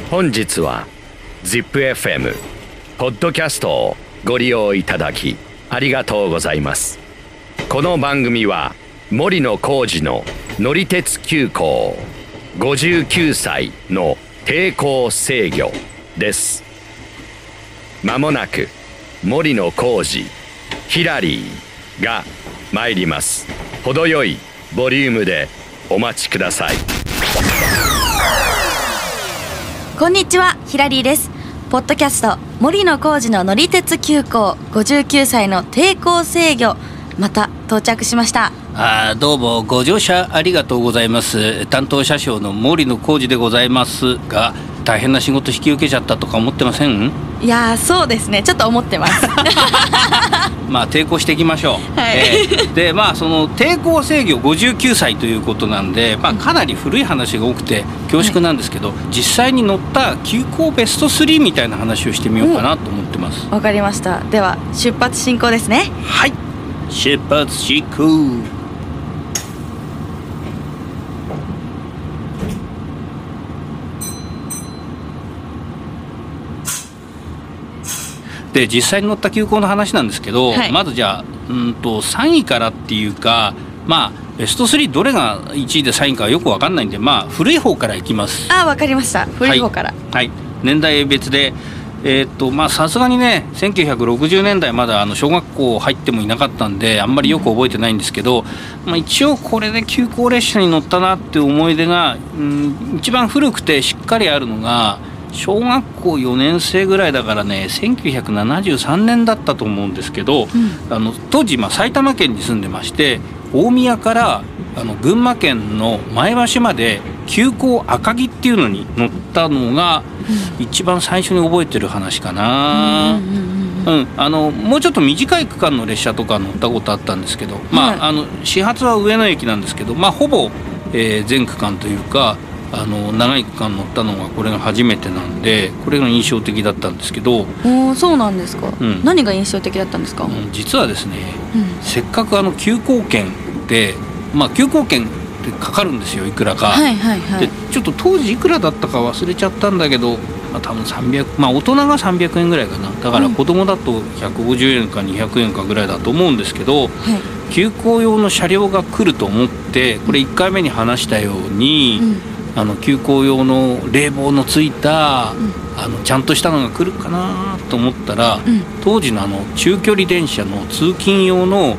本日は ZIPFM ポッドキャストをご利用いただきありがとうございます。この番組は森野浩二の乗り鉄急行59歳の抵抗制御です。まもなく森野浩二ヒラリーが参ります。程よいボリュームでお待ちください。 こんにちは、ヒラリーです。ポッドキャスト森野浩二の乗り鉄急行59歳の抵抗制御、また到着しました。 どうもご乗車ありがとうございます。担当車掌の森野浩二でございますが、大変な仕事引き受けちゃったとか思ってません？ いやそうですね、ちょっと思ってますまあ抵抗していきましょう、 はいでその抵抗制御59歳ということなんで、かなり古い話が多くて恐縮なんですけど、実際に乗った急行ベスト3みたいな話をしてみようかなと思ってます。 わかりました。では出発進行ですね。 はい、出発進行。で実際に乗った急行の話なんですけど、まずじゃあ3位からっていうか、ベスト3どれが1位で3位かはよく分かんないんで、古い方からいきます。 わかりました。古い方から。 はい、年代別でさすがにね1960年代まだ小学校入ってもいなかったんであんまりよく覚えてないんですけど、一応これで急行列車に乗ったなっていう思い出が、一番古くてしっかりあるのが小学校4年生ぐらいだからね、1973年だったと思うんですけど、当時埼玉県に住んでまして、大宮から群馬県の前橋まで急行赤城っていうのに乗ったのが一番最初に覚えてる話かな。もうちょっと短い区間の列車とか乗ったことあったんですけど、始発は上野駅なんですけど、ほぼ、全区間というか長い区間乗ったのがこれが初めてなんで、これが印象的だったんですけど。 そうなんですか、何が印象的だったんですか？ 実はですね、せっかく急行券で、急行券ってかかるんですよ、いくらか、でちょっと当時いくらだったか忘れちゃったんだけど、多分300、大人が300円ぐらいかな。だから子供だと150円か200円かぐらいだと思うんですけど、急行用の車両が来ると思って、これ1回目に話したように、急行用の冷房のついた、ちゃんとしたのが来るかなと思ったら、当時の中距離電車の通勤用の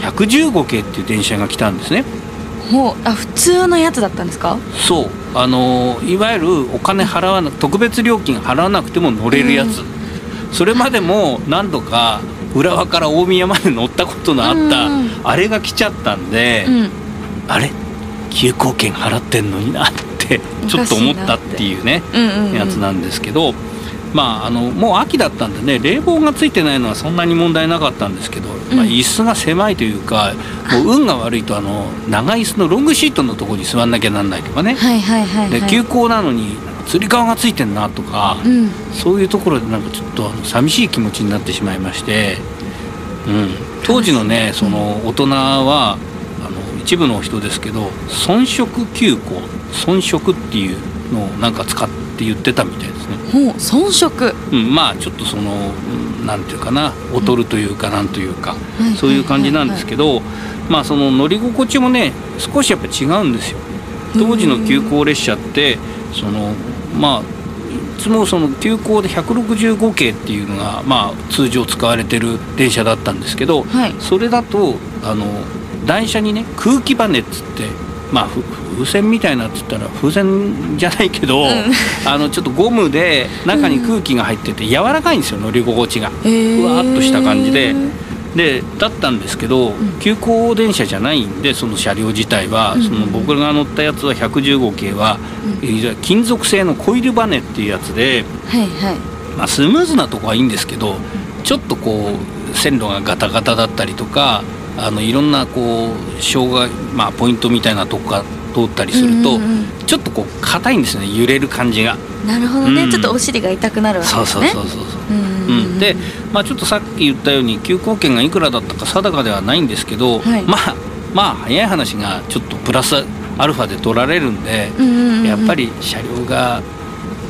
115系っていう電車が来たんですね。 普通のやつだったんですか？ そう、いわゆるお金払わな特別料金払わなくても乗れるやつ、それまでも何度か浦和から大宮まで乗ったことのあった、あれが来ちゃったんで、あれ急行券払ってんのになってちょっと思ったっていうね、やつなんですけど、もう秋だったんでね、冷房がついてないのはそんなに問題なかったんですけど、椅子が狭いというか、もう運が悪いと長い椅子のロングシートのところに座んなきゃなんないとかね、で急行なのにつり革がついてんなとか、そういうところでなんかちょっと寂しい気持ちになってしまいまして、当時のねその大人は一部の人ですけど遜色急行、遜色っていうのをなんか使って言ってたみたいですね。 遜色、 ちょっとなんていうかな、劣るというかなんというか、そういう感じなんですけど、その乗り心地もね少しやっぱ違うんですよ。当時の急行列車っていつもその急行で165系っていうのが通常使われてる電車だったんですけど、それだと台車にね空気バネっつって、風船みたいなっつったら風船じゃないけど、ちょっとゴムで中に空気が入ってて柔らかいんですよ、乗り心地がふわっとした感じで、だったんですけど、急行電車じゃないんで、その車両自体は、僕が乗ったやつは115系は、金属製のコイルバネっていうやつで、スムーズなとこはいいんですけど、ちょっとこう線路がガタガタだったりとか、いろんなこう障害、ポイントみたいなとこが通ったりすると、ちょっとこう硬いんですよね、揺れる感じが。 なるほどね、ちょっとお尻が痛くなるわけですね。 で、ちょっとさっき言ったように急行券がいくらだったか定かではないんですけど、早い話がちょっとプラスアルファで取られるんで、やっぱり車両が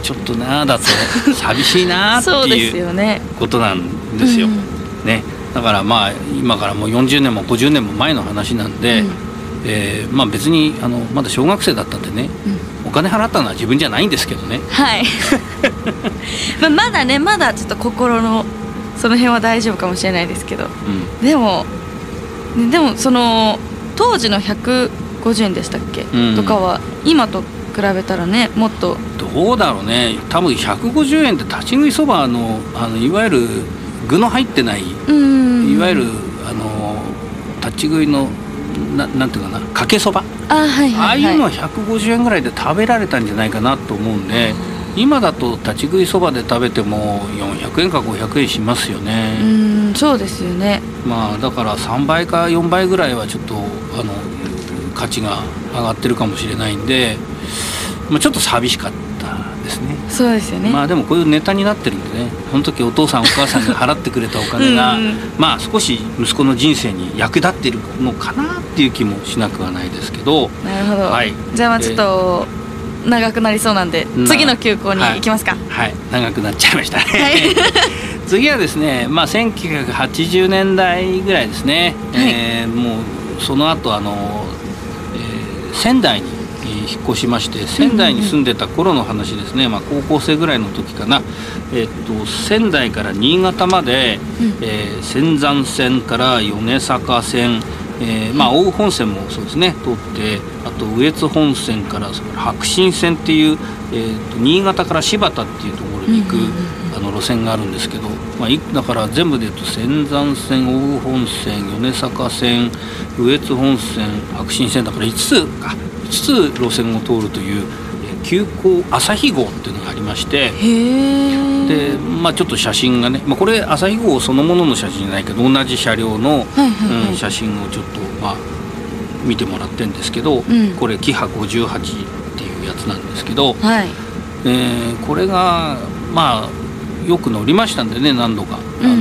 ちょっとなだと寂しいなってそうですいうよね。 ことなんですよ、ね、だからまあ今からもう40年も50年も前の話なんで、まあ別にまだ小学生だったんでね、お金払ったのは自分じゃないんですけどね。 はいまだね、まだちょっと心のその辺は大丈夫かもしれないですけど、でもその当時の150円でしたっけ、とかは今と比べたらね、もっとどうだろうね。多分150円って立ち食いそばのいわゆる具の入ってない、いわゆる立ち食いのなんていうかな、かけそば、ああいうのは150円ぐらいで食べられたんじゃないかなと思うんで、今だと立ち食いそばで食べても400円か500円しますよね。 そうですよね。 まあだから3倍か4倍ぐらいはちょっと価値が上がってるかもしれないんで、まあ、ちょっと寂しかったですね。 そうですよね。 まあでもこういうネタになってるんでね、その時お父さんお母さんが払ってくれたお金がまあ少し息子の人生に役立っているのかなっていう気もしなくはないですけど。 なるほど、 はい、 じゃあまあちょっと長くなりそうなんで、次の休校に行きますか。 はい、長くなっちゃいましたね、 はい、 次はですね、まあ、1980年代ぐらいですね、もうその後仙台に引っ越しまして、仙台に住んでた頃の話ですね、まあ、高校生ぐらいの時かな、仙台から新潟まで、仙山線から米坂線、まあ、奥羽本線もそうですね通って、あと羽越本線から白新線っていう、新潟から新発田っていうところに行く、路線があるんですけど、まあ、だから全部でいうと仙山線、奥羽本線、米坂線、羽越本線、白新線だから5つ路線を通るという急行朝日号っていうのがありまして、で、まあ、ちょっと写真がね、まあ、これ朝日号そのものの写真じゃないけど同じ車両の写真をちょっとまあ見てもらってるんですけど、これキハ58っていうやつなんですけど、これがまあよく乗りましたんでね、何度か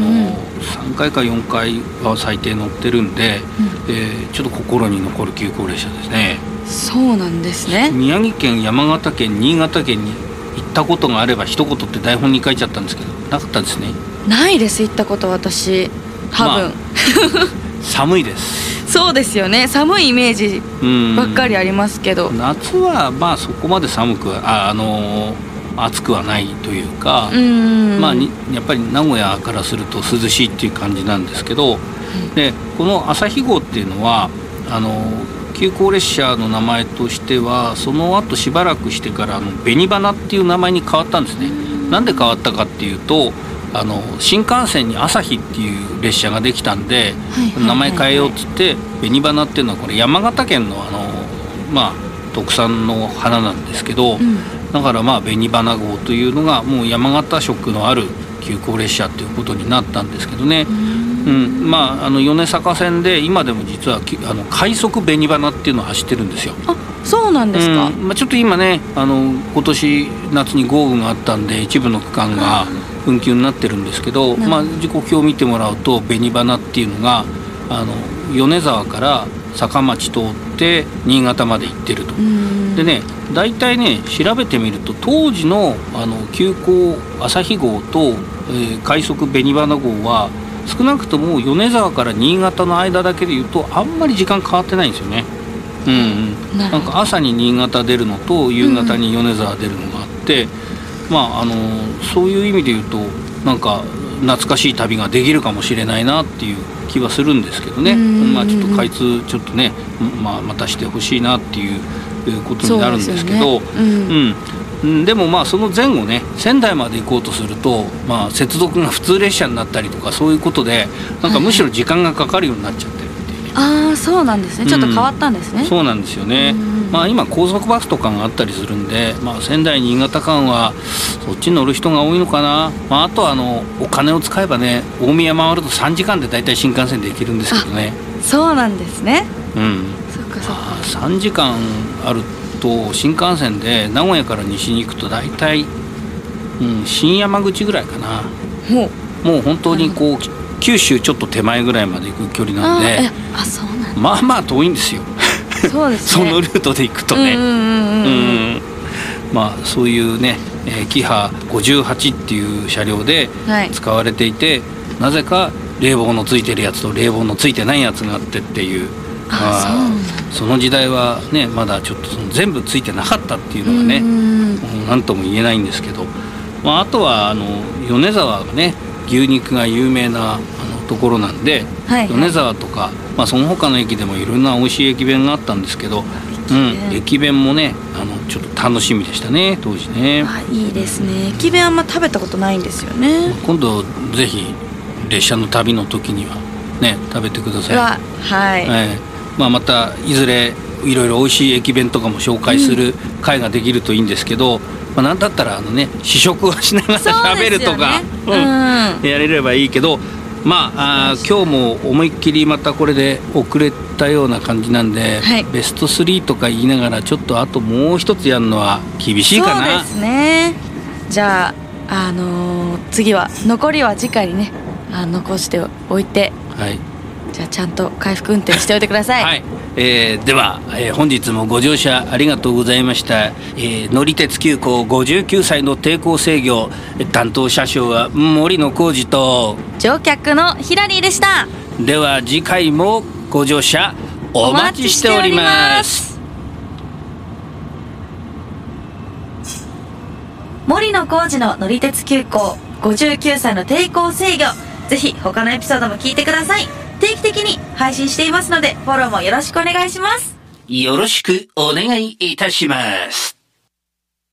3回か4回は最低乗ってるんで、ちょっと心に残る急行列車ですね。 そうなんですね。 宮城県、山形県、新潟県に行ったことがあれば一言って台本に書いちゃったんですけど、なかったですね。 ないです、行ったこと私多分、まあ、 寒いですそうですよね、寒いイメージばっかりありますけど、 夏はまあそこまで寒くは暑くはないというか、まあ、やっぱり名古屋からすると涼しいっていう感じなんですけど、でこの朝日号っていうのは急行列車の名前としてはその後しばらくしてから紅花っていう名前に変わったんですね。なんで変わったかっていうと新幹線に朝日っていう列車ができたんで、名前変えようっつって紅花っていうのはこれ山形県のまあ特産の花なんですけど、だからまあ紅花号というのがもう山形色のある急行列車ということになったんですけどね。まあ米坂線で今でも実は快速紅花っていうのを走ってるんですよ。 あ、そうなんですか。 まあ、ちょっと今ね今年夏に豪雨があったんで一部の区間が運休になってるんですけど、まあ、時刻表を見てもらうと紅花っていうのが米沢から坂町通って新潟まで行ってると。でね、大体ね調べてみると当時の急行朝日号と、快速紅花号は少なくとも米沢から新潟の間だけでいうとあんまり時間変わってないんですよね。なんか朝に新潟出るのと夕方に米沢出るのがあって、まあそういう意味で言うとなんか懐かしい旅ができるかもしれないなっていう気はするんですけどね。まあちょっと開通ちょっとね、またしてほしいなっていうことになるんですけど、でもまあその前後ね仙台まで行こうとすると、まあ、接続が普通列車になったりとかそういうことでなんかむしろ時間がかかるようになっちゃってるっていうね。 ああ、そうなんですね。ちょっと変わったんですね。 そうなんですよね。まあ、今高速バスとかがあったりするんで、まあ、仙台新潟間はそっちに乗る人が多いのかな。まあ、あとはお金を使えばね大宮回ると3時間でだいたい新幹線で行けるんですけどね。 そうなんですね。 そっかそっか。3時間あると新幹線で名古屋から西に行くとだいたい新山口ぐらいかな。もう本当にこう九州ちょっと手前ぐらいまで行く距離なんで、 そうなんまあまあ遠いんですよ。 そうですね。 そのルートで行くとね。 そういうね、キハ58っていう車両で使われていて、なぜか冷房のついてるやつと冷房のついてないやつがあってっていう、その時代はねまだちょっと全部ついてなかったっていうのがね、何とも言えないんですけど、あとは米沢がね牛肉が有名なところなんで、米沢とか、その他の駅でもいろんな美味しい駅弁があったんですけど、駅弁もねちょっと楽しみでしたね当時ね。 いいですね。駅弁あんま食べたことないんですよね。 今度ぜひ列車の旅の時にはね食べてください。またいずれいろいろ美味しい駅弁とかも紹介する会ができるといいんですけど、なんだったら試食をしながら喋るとか、やれればいいけど、今日も思いっきりまたこれで遅れたような感じなんで、ベスト3とか言いながらちょっとあともう一つやるのは厳しいかな。 そうですね。じゃあ、次は残りは次回にね残しておいて、じゃあちゃんと回復運転しておいてください。 では、本日もご乗車ありがとうございました。乗り鉄急行59歳の抵抗制御担当車掌は森野浩二と乗客のヒラリーでした。 では次回もご乗車お待ちしております。 森野浩二の乗り鉄急行59歳の抵抗制御、ぜひ他のエピソードも聞いてください。定期的に配信していますのでフォローもよろしくお願いします。 よろしくお願いいたします。